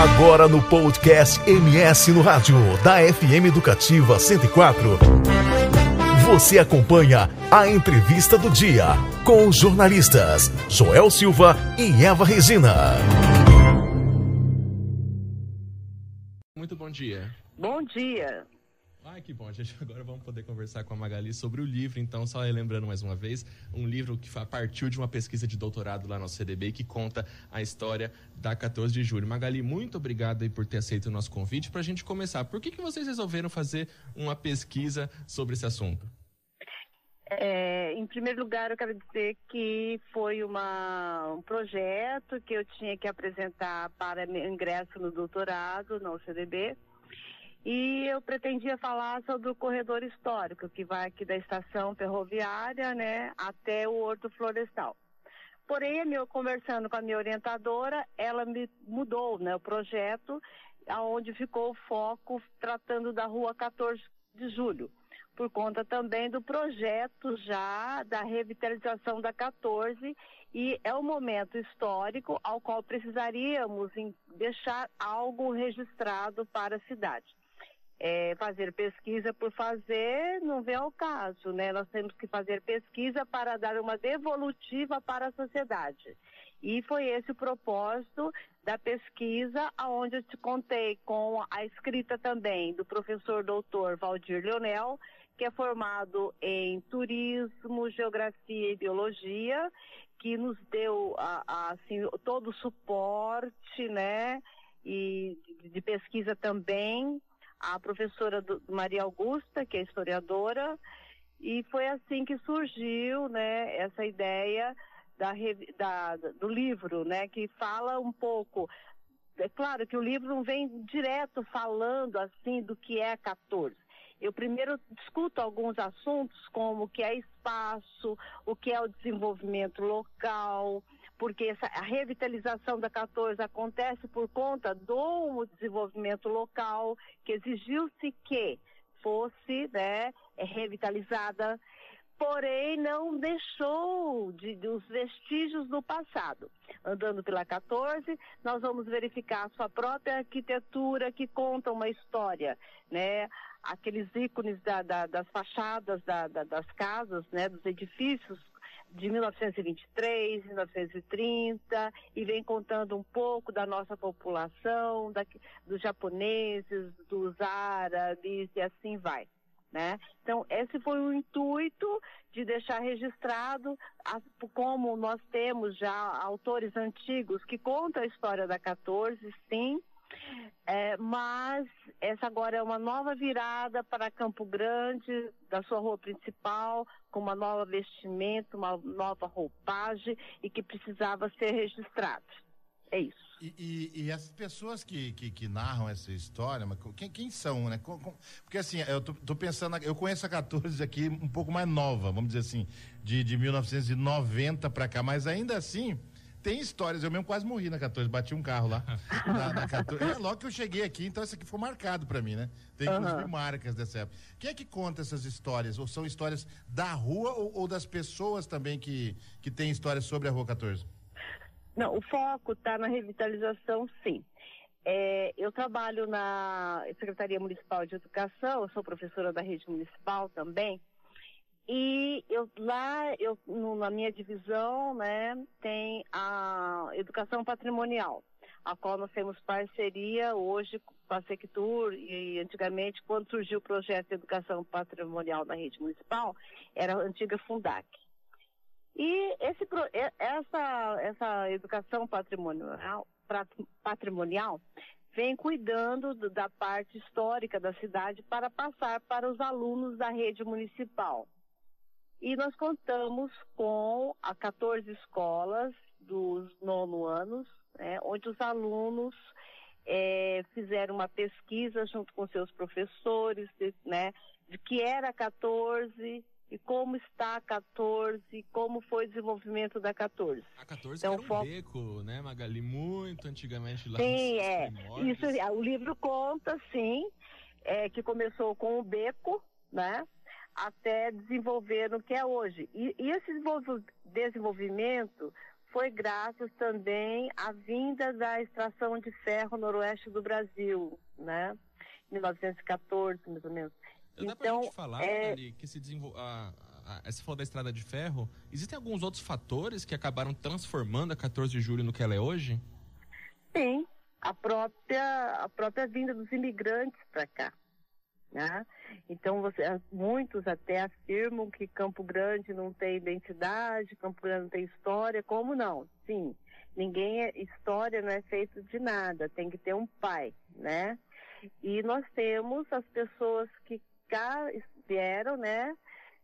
Agora no podcast MS no Rádio, da FM Educativa 104. Você acompanha a entrevista do dia com os jornalistas Joel Silva e Eva Regina. Muito bom dia. Bom dia. Ai, que bom, gente. Agora vamos poder conversar com a Magali sobre o livro. Então, só relembrando mais uma vez, um livro que partiu de uma pesquisa de doutorado lá no CDB, que conta a história da 14 de julho. Magali, muito obrigado aí por ter aceito o nosso convite. Para a gente começar, por que vocês resolveram fazer uma pesquisa sobre esse assunto? Em primeiro lugar, eu quero dizer que foi um projeto que eu tinha que apresentar para ingresso no doutorado na UCDB. E eu pretendia falar sobre o corredor histórico, que vai aqui da estação ferroviária, né, até o Horto Florestal. Porém, conversando com a minha orientadora, ela me mudou, né, o projeto, onde ficou o foco tratando da Rua 14 de Julho, por conta também do projeto já da revitalização da 14, e é um momento histórico ao qual precisaríamos deixar algo registrado para a cidade. Fazer pesquisa por fazer não vem ao caso, né? Nós temos que fazer pesquisa para dar uma devolutiva para a sociedade. E foi esse o propósito da pesquisa, onde eu te contei com a escrita também do professor doutor Valdir Leonel, que é formado em turismo, geografia e biologia, que nos deu assim, todo o suporte, né? E de pesquisa também. A professora Maria Augusta, que é historiadora, e foi assim que surgiu, né, essa ideia do livro, né, que fala um pouco. É claro que o livro não vem direto falando assim do que é a 14. Eu primeiro discuto alguns assuntos como o que é espaço, o que é o desenvolvimento local, porque a revitalização da 14 acontece por conta do desenvolvimento local, que exigiu-se que fosse, né, revitalizada, porém não deixou dos vestígios do passado. Andando pela 14, nós vamos verificar a sua própria arquitetura, que conta uma história, né? Aqueles ícones das fachadas das casas, né, dos edifícios, de 1923, 1930, e vem contando um pouco da nossa população, dos japoneses, dos árabes, e assim vai, né? Então, esse foi o intuito de deixar registrado, como nós temos já autores antigos que contam a história da 14, sim, mas essa agora é uma nova virada para Campo Grande, da sua rua principal, com uma nova vestimenta, uma nova roupagem, e que precisava ser registrado. É isso. E as pessoas que narram essa história, mas quem são, né? Porque assim, eu tô pensando, eu conheço a 14 aqui um pouco mais nova, vamos dizer assim, de 1990 para cá, mas ainda assim tem histórias. Eu mesmo quase morri na 14, bati um carro lá na 14. Logo que eu cheguei aqui, então isso aqui ficou marcado para mim, né? Tem inclusive marcas dessa época. Quem é que conta essas histórias? Ou são histórias da rua ou das pessoas também que têm histórias sobre a Rua 14? Não, o foco está na revitalização, sim. Eu trabalho na Secretaria Municipal de Educação, eu sou professora da rede municipal também, e na minha divisão, né, tem a educação patrimonial, a qual nós temos parceria hoje com a Sectur, e antigamente, quando surgiu o projeto de educação patrimonial da rede municipal, era a antiga Fundac. E essa educação patrimonial vem cuidando da parte histórica da cidade para passar para os alunos da rede municipal. E nós contamos com 14 escolas dos 9º anos, né, onde os alunos fizeram uma pesquisa junto com seus professores, né, de que era a 14 e como está a 14, como foi o desenvolvimento da 14. A 14 então, era um beco, né, Magali? Muito antigamente lá. Sim, isso, o livro conta, sim, que começou com o beco, né, até desenvolver no que é hoje. E esse desenvolvimento foi graças também à vinda da extração de ferro no noroeste do Brasil, né? 1914, mais ou menos. Dá pra gente falar, Magali, que você falou da estrada de ferro, existem alguns outros fatores que acabaram transformando a 14 de julho no que ela é hoje? Sim, a própria vinda dos imigrantes para cá, né? Então, muitos até afirmam que Campo Grande não tem identidade, Campo Grande não tem história. Como não? Sim, história não é feito de nada, tem que ter um pai, né? E nós temos as pessoas que cá vieram, né,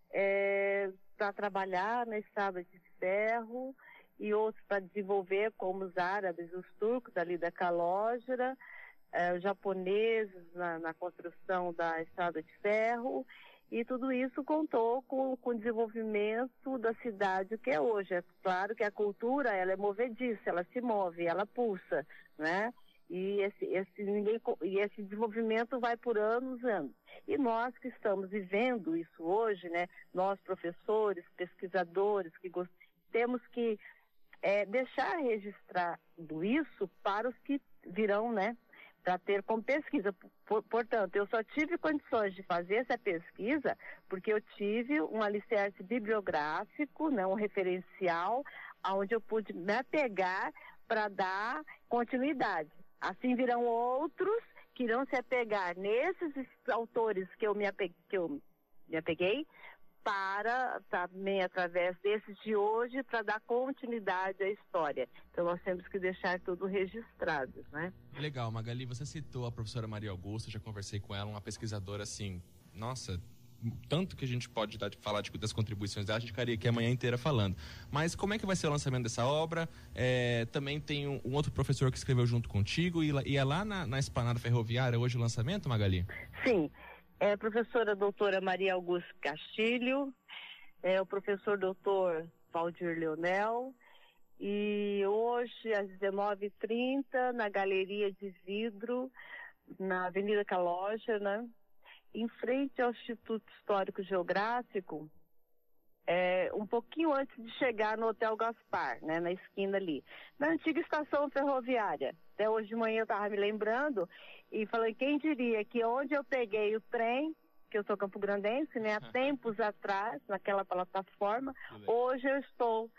para trabalhar na estrada de ferro, e outros para desenvolver, como os árabes, os turcos ali da Calógera, os japoneses na construção da estrada de ferro, e tudo isso contou com o desenvolvimento da cidade que é hoje. É claro que a cultura, ela é movediça, ela se move, ela pulsa, né? E esse desenvolvimento vai por anos. E nós que estamos vivendo isso hoje, né? Nós, professores, pesquisadores, temos que deixar registrado isso para os que virão, né? Para ter como pesquisa. Portanto, eu só tive condições de fazer essa pesquisa porque eu tive um alicerce bibliográfico, né, um referencial, onde eu pude me apegar para dar continuidade. Assim virão outros que irão se apegar nesses autores que eu me apeguei, para também através desses de hoje, para dar continuidade à história. Então nós temos que deixar tudo registrado, né? Legal, Magali, você citou a professora Maria Augusta, já conversei com ela, uma pesquisadora assim, nossa, tanto que a gente pode falar das contribuições dela, a gente ficaria aqui a manhã inteira falando. Mas como é que vai ser o lançamento dessa obra? Também tem um outro professor que escreveu junto contigo, e é lá na Esplanada Ferroviária hoje o lançamento, Magali? Sim. É a professora doutora Maria Augusta Castilho, o professor doutor Valdir Leonel, e hoje às 19h30 na Galeria de Vidro, na Avenida Calógera, né? Em frente ao Instituto Histórico Geográfico, um pouquinho antes de chegar no Hotel Gaspar, né, na esquina ali, na antiga estação ferroviária. Até hoje de manhã eu estava me lembrando e falei, quem diria que onde eu peguei o trem, que eu sou campograndense, né, há tempos atrás, naquela plataforma, hoje eu estou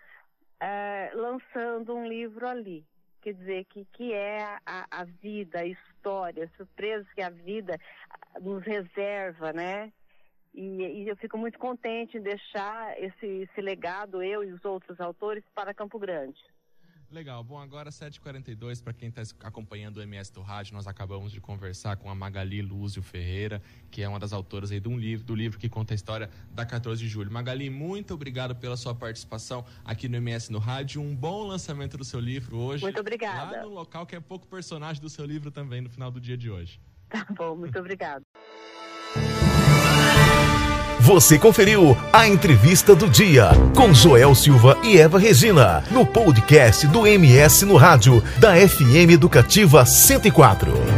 lançando um livro ali. Quer dizer, que é a vida, a história, as surpresas que a vida nos reserva, né? E eu fico muito contente em deixar esse legado, eu e os outros autores, para Campo Grande. Legal. Bom, agora 7h42, para quem está acompanhando o MS do Rádio, nós acabamos de conversar com a Magali Lúzio Ferreira, que é uma das autoras aí do livro que conta a história da 14 de julho. Magali, muito obrigado pela sua participação aqui no MS no Rádio. Um bom lançamento do seu livro hoje. Muito obrigada. Lá no local que é pouco personagem do seu livro também, no final do dia de hoje. Tá bom, muito obrigada. Você conferiu a entrevista do dia com Joel Silva e Eva Regina no podcast do MS no Rádio da FM Educativa 104.